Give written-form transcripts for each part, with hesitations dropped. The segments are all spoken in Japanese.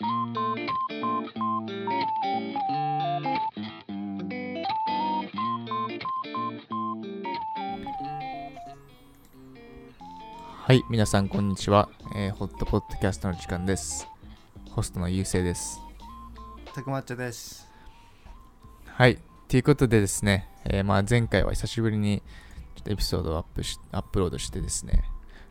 はい、皆さんこんにちは。ホットポッドキャストの時間です。ホストのゆうせいです。 たくまっちゃです。 はい、ということでですね、前回は久しぶりにちょっとエピソードをアップロードしてですね、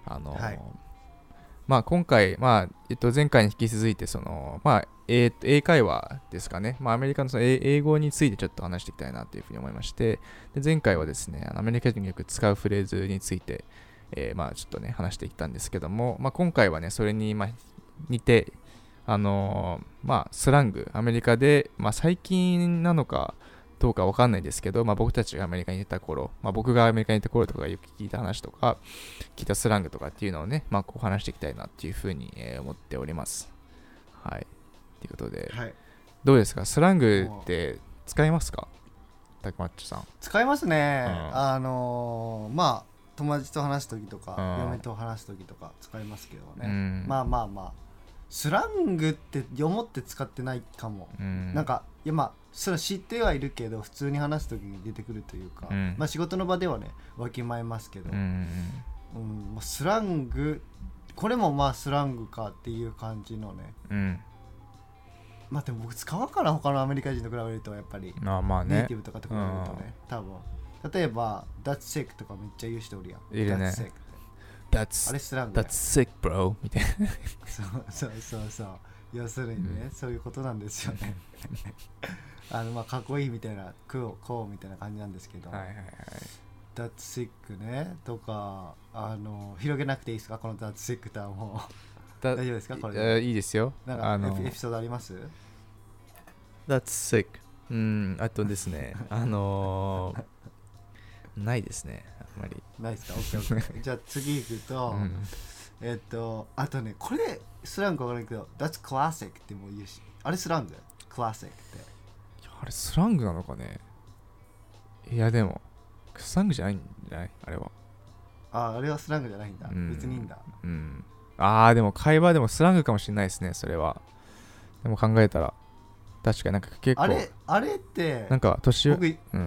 今回、前回に引き続いて英会話ですかね、アメリカのその英語についてちょっと話していきたいなというふうに思いまして、で前回はですね、アメリカ人がよく使うフレーズについてちょっとね話していったんですけども、今回はねそれに似てスラングアメリカで、最近なのかどうかわかんないですけど、僕たちがアメリカにいた頃、僕がアメリカにいた頃とかよく聞いた話とか聞いたスラングとかっていうのをねこう話していきたいなっていうふうに、思っております。はいということで、 はい、 どうですか、スラングって使いますか、たくまっちさん。 使いますね。友達と話す時とか、嫁と話す時とか使いますけどね。スラングって思って使ってないかも。それ知ってはいるけど普通に話す時に出てくるというか、仕事の場ではねわきまえますけど、スラング、これもスラングかっていう感じのね。でも僕使わんから他のアメリカ人と比べるとやっぱりネイティブとかと比べるとね、多分例えば That's sick とかめっちゃ言う人おるやん。 いるね。 That's sick あれスラングやん。 That's sick bro みたいなそう要するにね、そういうことなんですよねかっこいいみたいなこうみたいな感じなんですけど、That's sick ねとか広げなくていいですか、この That's sick とはもう大丈夫ですか、これで。 いいですよ。 エピソードあります？ That's sick。あとですね、ないですね、あんまり。 ないですか？ OK じゃあ次行くと、あとね、これスラングわからないけど That's classic ってもう言うし、あれスラング？ classic ってあれスラングなのかね。いやでもスラングじゃないんじゃない、あれは。 あれはスラングじゃないんだ、別にいいんだ。 でも会話でもスラングかもしれないですね、それは。でも考えたら確かに結構あれって年上、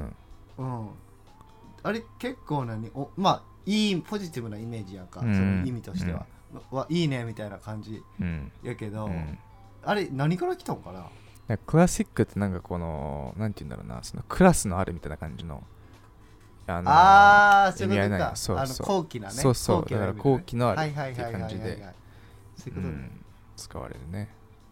あれ結構いいポジティブなイメージやんか、その意味としては、いいねみたいな感じやけど、あれ何から来たのかな。 クラシックってこのなんて言うんだろうな、そのクラスのあるみたいな感じのそういうことか。高貴なね。 だから高貴のあるっていう感じで使われるね。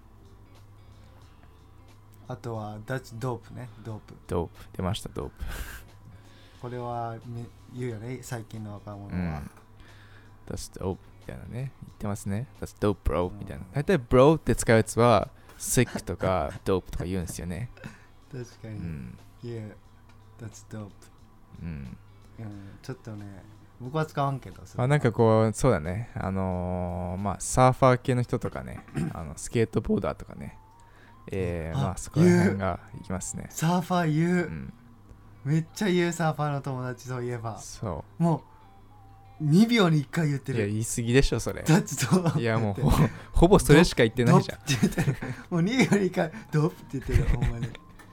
あとはThat's dope ね。 dope出ました。dope これは言うよね、最近の若者は。 That's dope みたいなね、言ってますね。That's dope bro みたいな。大体 bro って使うやつは sick とか dope とか言うんですよね。 確かに。Yeah, that's dope。ちょっとね、僕は使わんけど。 こう、そうだね。サーファー系の人とかね、スケートボーダーとかね。そこら辺がいきますね。 サーファー言う。めっちゃ言う、サーファーの友達といえば。 そう。 もう、2秒に1回言ってる。 いや、言い過ぎでしょ、それ。 いや、もうほぼそれしか言ってないじゃん。 もう2秒に1回、ドップって言ってる、ほんまに。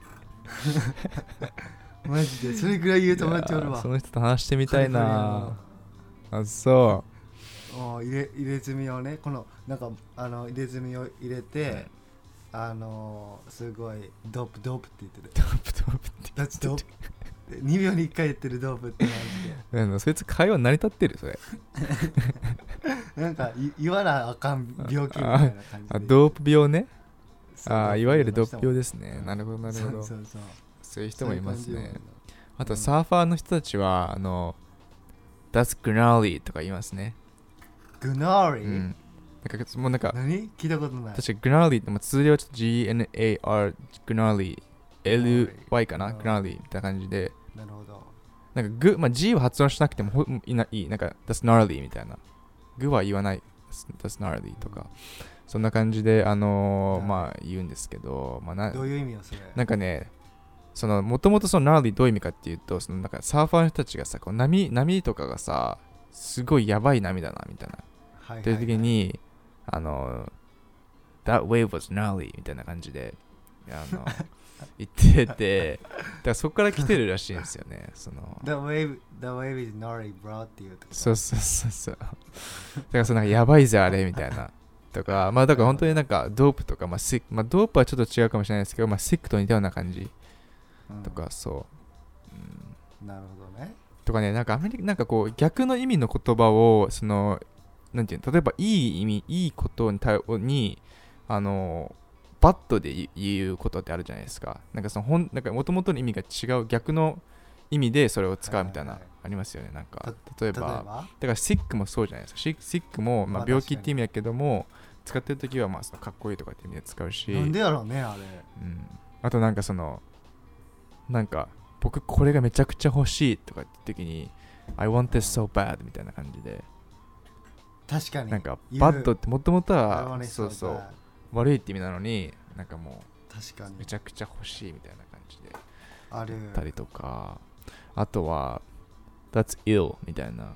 マジでそれぐらい言う友達おるわ。 その人と話してみたいな。そう入れ墨をね、この入れ墨を入れて、すごいドープって言ってる。 ドープってドープ2秒に1回言ってるドープってマジで。そいつ会話成り立ってる、それ。 言わなあかん病気みたいな感じで。 ドープ病ね。いわゆるドープ病ですね。なるほど。そういう人もいますね。あとサーファーの人たちはThat's gnarly とか言いますね。 gnarly？ 何聞いたことない。 確か gnarly って通常はちょっと GNAR gnarly LY かな gnarly みたいな感じで。 なるほど。 G は発音しなくてもいい。That's gnarly みたいな。グは言わない。That's gnarly とか。そんな感じで言うんですけど、 どういう意味よそれ。 もともとその gnarly どういう意味かっていうと、サーファーの人たちがさ、こう波とかがさ、すごいやばい波だなみたいな。という時に That wave was gnarly みたいな感じで言ってて、だからそこから来てるらしいんですよね。 The wave is gnarly bro っていうとこ。 そうだからなんかやばいぜあれみたいなとか、まあだから本当になんかドープとか、まあドープはちょっと違うかもしれないですけど、まあシックと似たような感じとか、 なるほどね。 とかね、なんかなんかこう逆の意味の言葉をなんていうの、例えばいい意味、いいことにバットで言うことってあるじゃないですか。なんかなんか元々の意味が違う逆の意味でそれを使うみたいな、ありますよね。なんか例えばだからシックもそうじゃないですか。シックもまあ病気って意味やけども、使ってるときはまあかっこいいとかって意味で使うし。 なんでやろうねあれ。 あとなんかなんか僕これがめちゃくちゃ欲しいとかって時に I want this so bad みたいな感じで。 確かになんかバッドってもともとはそう悪いって意味なのに、なんかもう確かにめちゃくちゃ欲しいみたいな感じであるたりとか、あとは That's ill みたいな。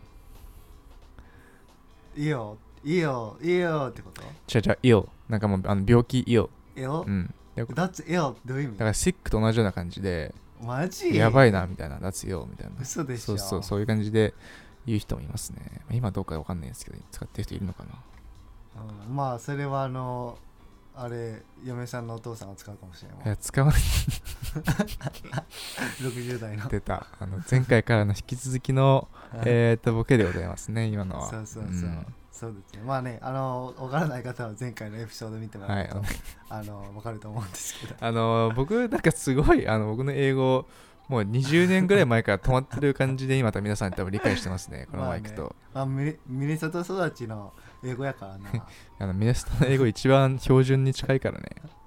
いいよってこと？ ill なんかもう病気 ill。 That's ill どういう意味？ だから sick と同じような感じで、 マジ？ やばいなみたいな、That's ill みたいな。 嘘でしょ。 そういう感じで言う人もいますね。今どうかわかんないですけど、使ってる人いるのかな。 まあそれはあれ嫁さんのお父さんが使うかもしれない。 いや使わない 60代の出た前回からの引き続きのボケでございますね、今のは。 そうですね。まあね、わからない方は前回のエピソード見てもらうと、わかると思うんですけど、僕なんかすごい僕の英語もう20年ぐらい前から止まってる感じで今と皆さん多分理解してますね、このマイクと。 ミネソタ育ちの英語やからな。 ミネソタの英語一番標準に近いからね。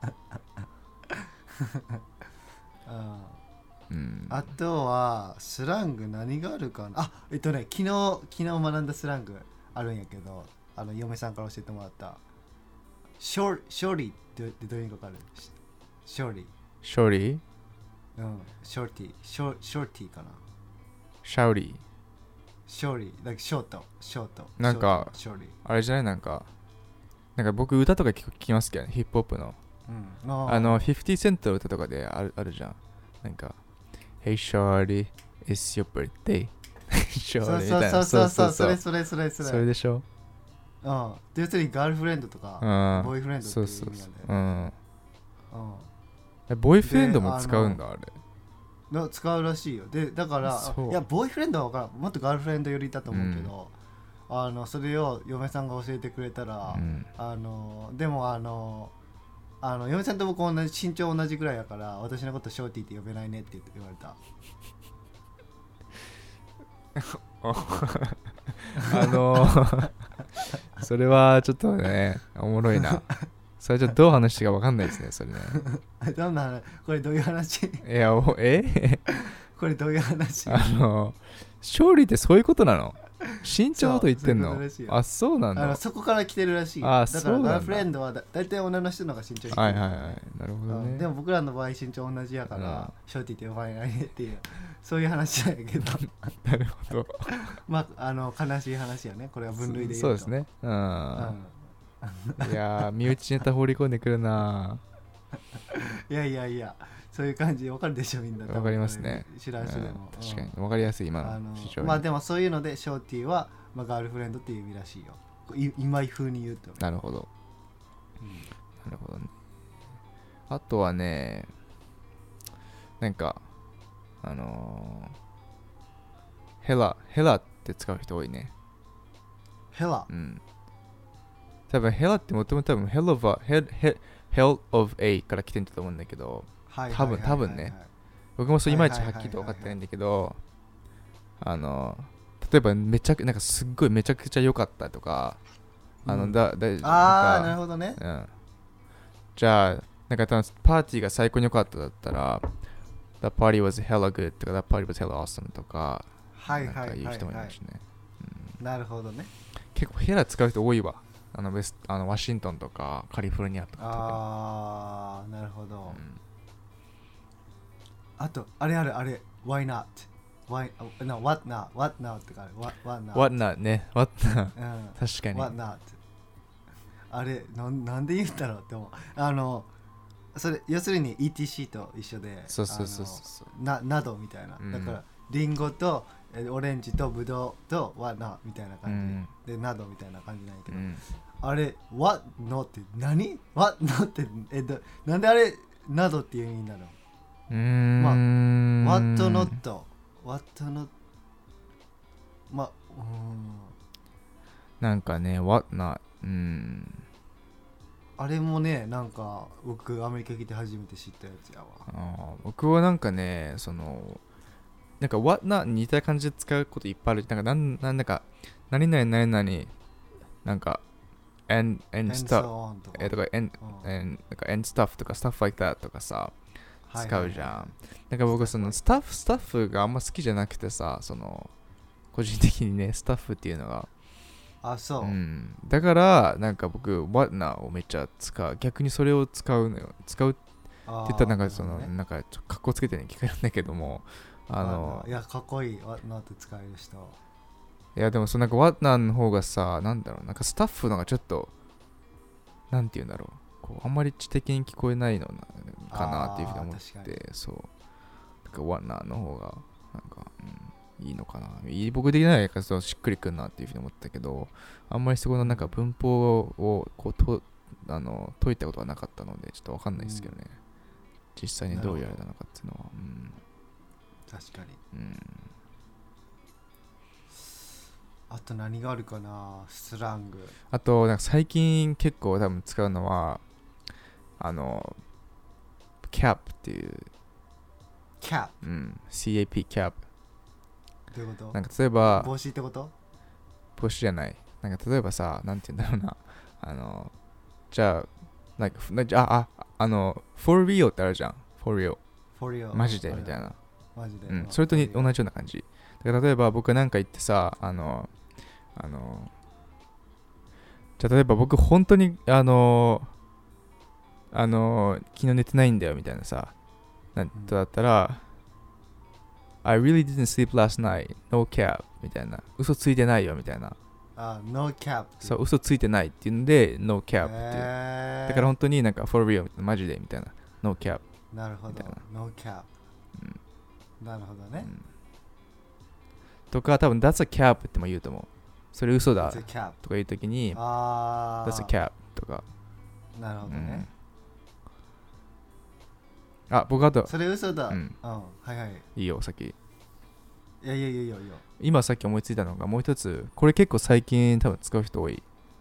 あとはスラング何があるかな。昨日学んだスラングあるんやけど、嫁さんから教えてもらったショーリーってどういう意味か分かる？ショーリーショーリーショーティーかな。 シャウリーショーリー、like ショートなんかあれじゃない、なんか僕歌とか聞きますけどね、ヒップホップの50セントの歌とかであるじゃん。なんか Hey Shorty It's your birthday そうみたいな。そうそれでしょ。 で要するにガールフレンドとかボーイフレンドっていう意味なんだよね。 ボーイフレンドも使うんだあれ。 使うらしいよ。でだからいやボーイフレンドは分からん、もっとガールフレンド寄りだと思うけど、それを嫁さんが教えてくれたら、でも嫁さんと僕身長同じぐらいやから私のことショーティーって呼べないねって言われた。 それはちょっとねおもろいな。それじゃどう話してか分かんないですね、それね。 どんな話？これどういう話？ いやこれどういう話？ 勝利ってそういうことなの？身長のこと言ってんの？そうなんだ。 そこから来てるらしい。だからガールフレンドはだいたい女の人の方が身長低い。 はい。なるほどね。 でも僕らの場合身長同じやから、ショーティーって呼ばれないねっていうそういう話なんやけど。 なるほど。 まあ悲しい話やね。これは分類で言うと。 そうですね。いや身内ネタ放り込んでくるな。 いやそういう感じで分かるでしょみんな。 分かりますね。 知らん人でも。 確かに分かりやすい今の。 まあでもそういうのでショーティーはガールフレンドっていう意味らしいよ。今井風に言うと。 なるほど。なるほどね。あとはね、なんかヘラって使う人多いね。 ヘラ。 多分ヘラってもともと多分 Hell of A から来てんだと思うんだけど、多分ね。僕もそういまいちはっきりと分かってないんだけど、例えばなんかすっごいめちゃくちゃ良かったとか、 なるほどね。 じゃあなんか多分パーティーが最高に良かっただったら The party was hella good とか The party was hella awesome とかなんか言う人もいるしね。 なるほどね。 結構ヘラ使う人多いわ。ワシントンとかカリフォルニアとか。なるほど。あとあれ Why not? What not ってか What not ね。What not 確かに。 What not あれなんで言うんだろうって思う。それ要するに ETC と一緒で、 そうなどみたいな、だからリンゴとオレンジとブドウとはなみたいな感じ、でなどみたいな感じなんやけど、あれ What no って何 What no ってなんであれなどっていう意味になるの？まあ What not What not なんかね What not あれもね、なんか僕アメリカ来て初めて知ったやつやわ。 僕はなんかね、なんか what not に似た感じで使うこといっぱいある。なんか何々何々なんか and stuff とか and なんか and stuff とか stuff like that とかさ使うじゃん。なんか僕そのスタッフがあんま好きじゃなくてさ、個人的にねスタッフっていうのが。 そう。 だからなんか僕 what not をめっちゃ使う。逆にそれを使うのよ。使うって言ったらなんかなんかちょっと格好つけてね聞かれるんだけども。 いやかっこいい What not って使える人。 いやでもなんか What not の方がさ、なんだろう、なんかスタッフのがちょっとなんて言うんだろう、こうあんまり知的に聞こえないのかなっていうふうに思って、そうなんか What not の方がなんか、いいのかな、僕的にはしっくりくんなっていうふうに思ったけど、あんまりそこのなんか文法をこう解いたことはなかったのでちょっとわかんないですけどね、実際にどういうあれなのかっていうのは。 確かに。あと何があるかな、スラング。 あとなんか最近結構多分使うのはCAP っていう CAP CAP CAP どういうこと？ なんか例えば帽子ってこと？ 帽子じゃない。なんか例えばさ、なんて言うんだろうな、じゃあなんかfor real ってあるじゃん。for real マジでみたいな。 マジで、 それと同じような感じ。だから例えば僕なんか言ってさ、じゃあ例えば僕本当に昨日寝てないんだよみたいなさ、なんだったら、I really didn't sleep last night, no cap みたいな、嘘ついてないよみたいな。 no cap そう、嘘ついてないっていうんで no cap っていう。だから本当になんか for real みたいな、マジでみたいな no cap。 なるほど no cap。なるほどね。 とか多分 that's a cap っても言うと思う。それ嘘だとか言うときに that's a cap とか。 なるほどね。 僕あとそれ嘘だ。はいはい。 いいよ先。 いや今さっき思いついたのがもう一つ、これ結構最近多分使う人多い。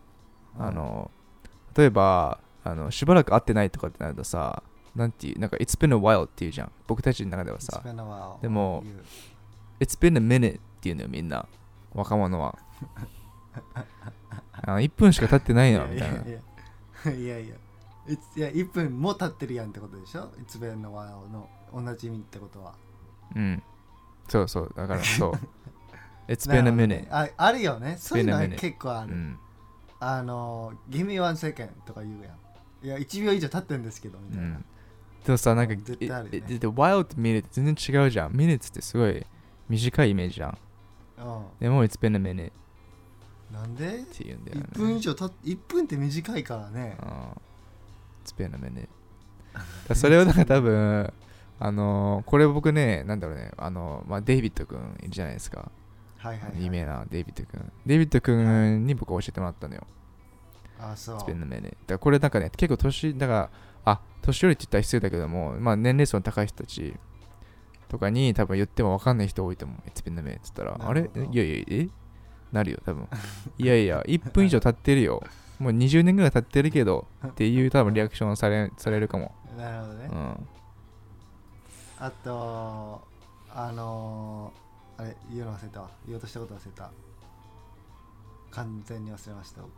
例えばしばらく会ってないとかってなるとさ、なんていう、なんか It's been a while っていうじゃん、僕たちの中ではさ。でも It's been a minute っていうのよみんな、若者は。1分しか経ってないのみたいな。 いや1分も経ってるやんってことでしょ。It's been a while の同じ意味ってことは。 そうだからそう。It's been a minute。 あるよね。そういうのは結構ある。Give me one second とか言うやん。いや1秒以上経ってるんですけどみたいな。 でもさ、なんか、wild って minute 全然違うじゃん。minutes ってすごい短いイメージじゃん。でも It's been a minute。 なんでって言うんだよね。 1分って短いからね。 It's been a minute。それをなんか多分、これ僕ね、なんだろうね、デイビッド君いるじゃないですか。有名なデイビッド君。デイビッド君に僕教えてもらったのよ。 そう。 It's been a minute。だからこれなんかね、結構年寄りって言ったら失礼だけども、年齢層の高い人たちとかに多分言っても分かんない人多いと思う。It's been a minute って言ったら、あれいや、なるよ、多分。いや、1分以上経ってるよ。もう20年ぐらい経ってるけどっていう多分リアクションされるかも。 なるほどね。あと、あれ、言うの忘れたわ。言おうとしたこと忘れた。完全に忘れました、僕。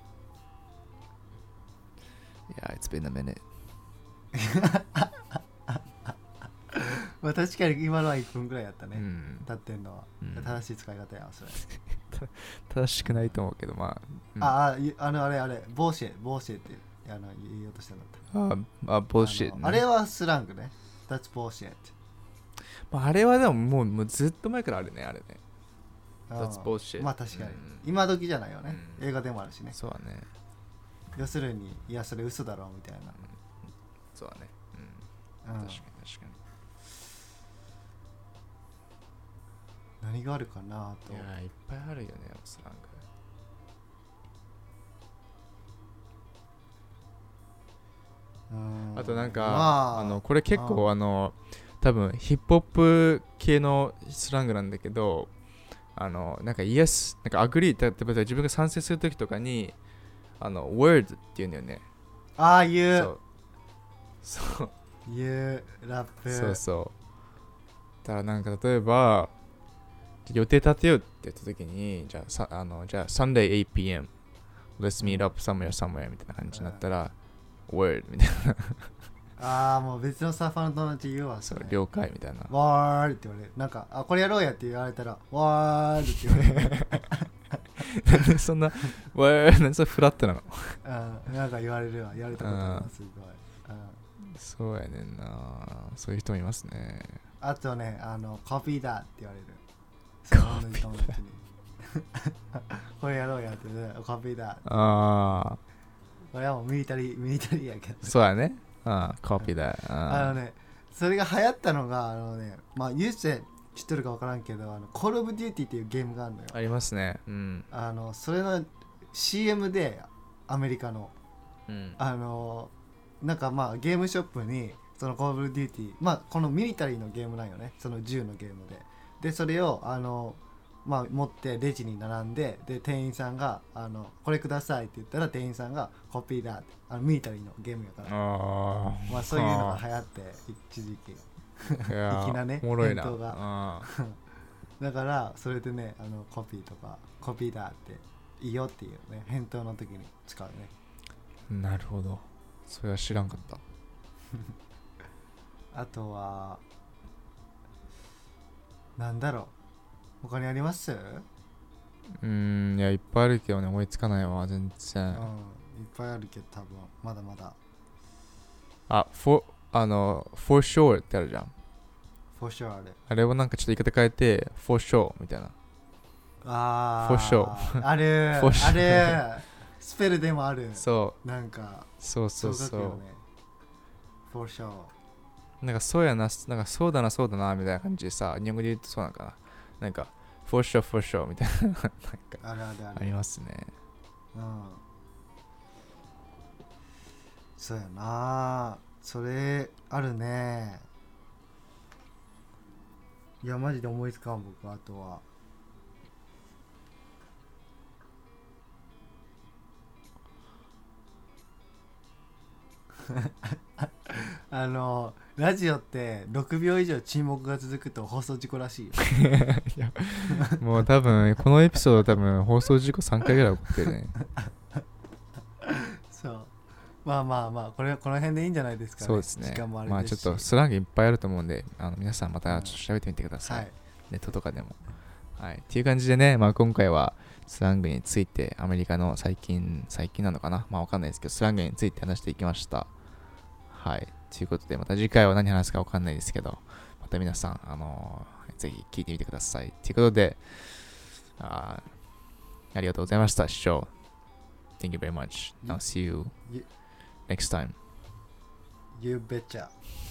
It's been a minute。 まあ確かに今のは1分ぐらいやったね。経ってんのは。正しい使い方や、それ。 正しくないと思うけど、まあ。あれ、ボーシェって言おうとしたんだった。 ボーシェ。 あれはスラングね。That's bullshit。 あれはでももうずっと前からあるね、あれね。That's bullshit。 まあ確かに。今時じゃないよね。映画でもあるしね。 そうだね。 要するにいやそれ嘘だろみたいな、 そうだね、確かに確かに。 何があるかなと。 いやいっぱいあるよねスラング。あとなんか、これ結構多分ヒップホップ系のスラングなんだけど、なんかイエス、なんかアグリー、例えば自分が賛成するときとかにword って言うんだよね。 ああ言う。 そう言うラップ。 そうそう。だからなんか例えば予定立てようって言ったときに、じゃあSunday 8pm Let's meet up somewhere みたいな感じになったら、word みたいな。 ああもう別のサーファーの友達言うわ。 そう了解みたいな。 ワールって言われる。なんかこれやろうやって言われたらワールって言われる。 なんでそんななんでそれフラットなの。 なんか言われるわ。言われたことあるすごい。 そうやねんな。そういう人もいますね。 あとねコピーだって言われる。その友達にこれやろうやってコピーだ。 ああ。 これはもうミリタリーやけど。 そうやね。コピーだ。 それが流行ったのがまあユース知ってるか分からんけどコールオブデューティーっていうゲームがあるのよ。 ありますね。 それの CM でアメリカの、なんかまあゲームショップにそのコールオブデューティー、まあこのミリタリーのゲームなんよね。その銃のゲームでそれをまあ、持ってレジに並んで、店員さんがこれくださいって言ったら店員さんがコピーだってミリタリーのゲームやからまあそういうのが流行って一時期粋なね返答がだからそれでねコピーとかコピーだっていいよっていうね返答の時に使うね。 なるほど、それは知らんかったあとはなんだろう、他にあります？ いやいっぱいあるけどね、思いつかないわ全然。 いっぱいあるけど多分まだまだ。 for sure ってあるじゃん。 for sure あれ。 あれをなんかちょっと言い方変えて for sure みたいな。for sure あれあれスペルでもある。 そうなんかそう、 ね、for sure なんかそうやな、なんかそうだなそうだなみたいな感じでさ、日本語で言うとそうなのかな、なんか for sure みたいななんかありますね。 そうやな、それあるね。いやマジで思いつかん僕。あとはラジオって6秒以上沈黙が続くと放送事故らしいよいやもう多分このエピソード多分放送事故3回ぐらい起こってるねそう、まあこの辺でいいんじゃないですかね。 そうですね。 時間もあれまあですし、 ちょっとスラングいっぱいあると思うんで、皆さんまたちょっと調べてみてください、 はい、 ネットとかでも。はいっていう感じでね、まあ今回はスラングについてアメリカの最近なのかな、まあわかんないですけどスラングについて話していきました。はいということで、また次回は何話すかわかんないですけど、また皆さんぜひ聞いてみてくださいということで、ありがとうございました。視聴 Thank you very much. I'll see you next time. You betcha.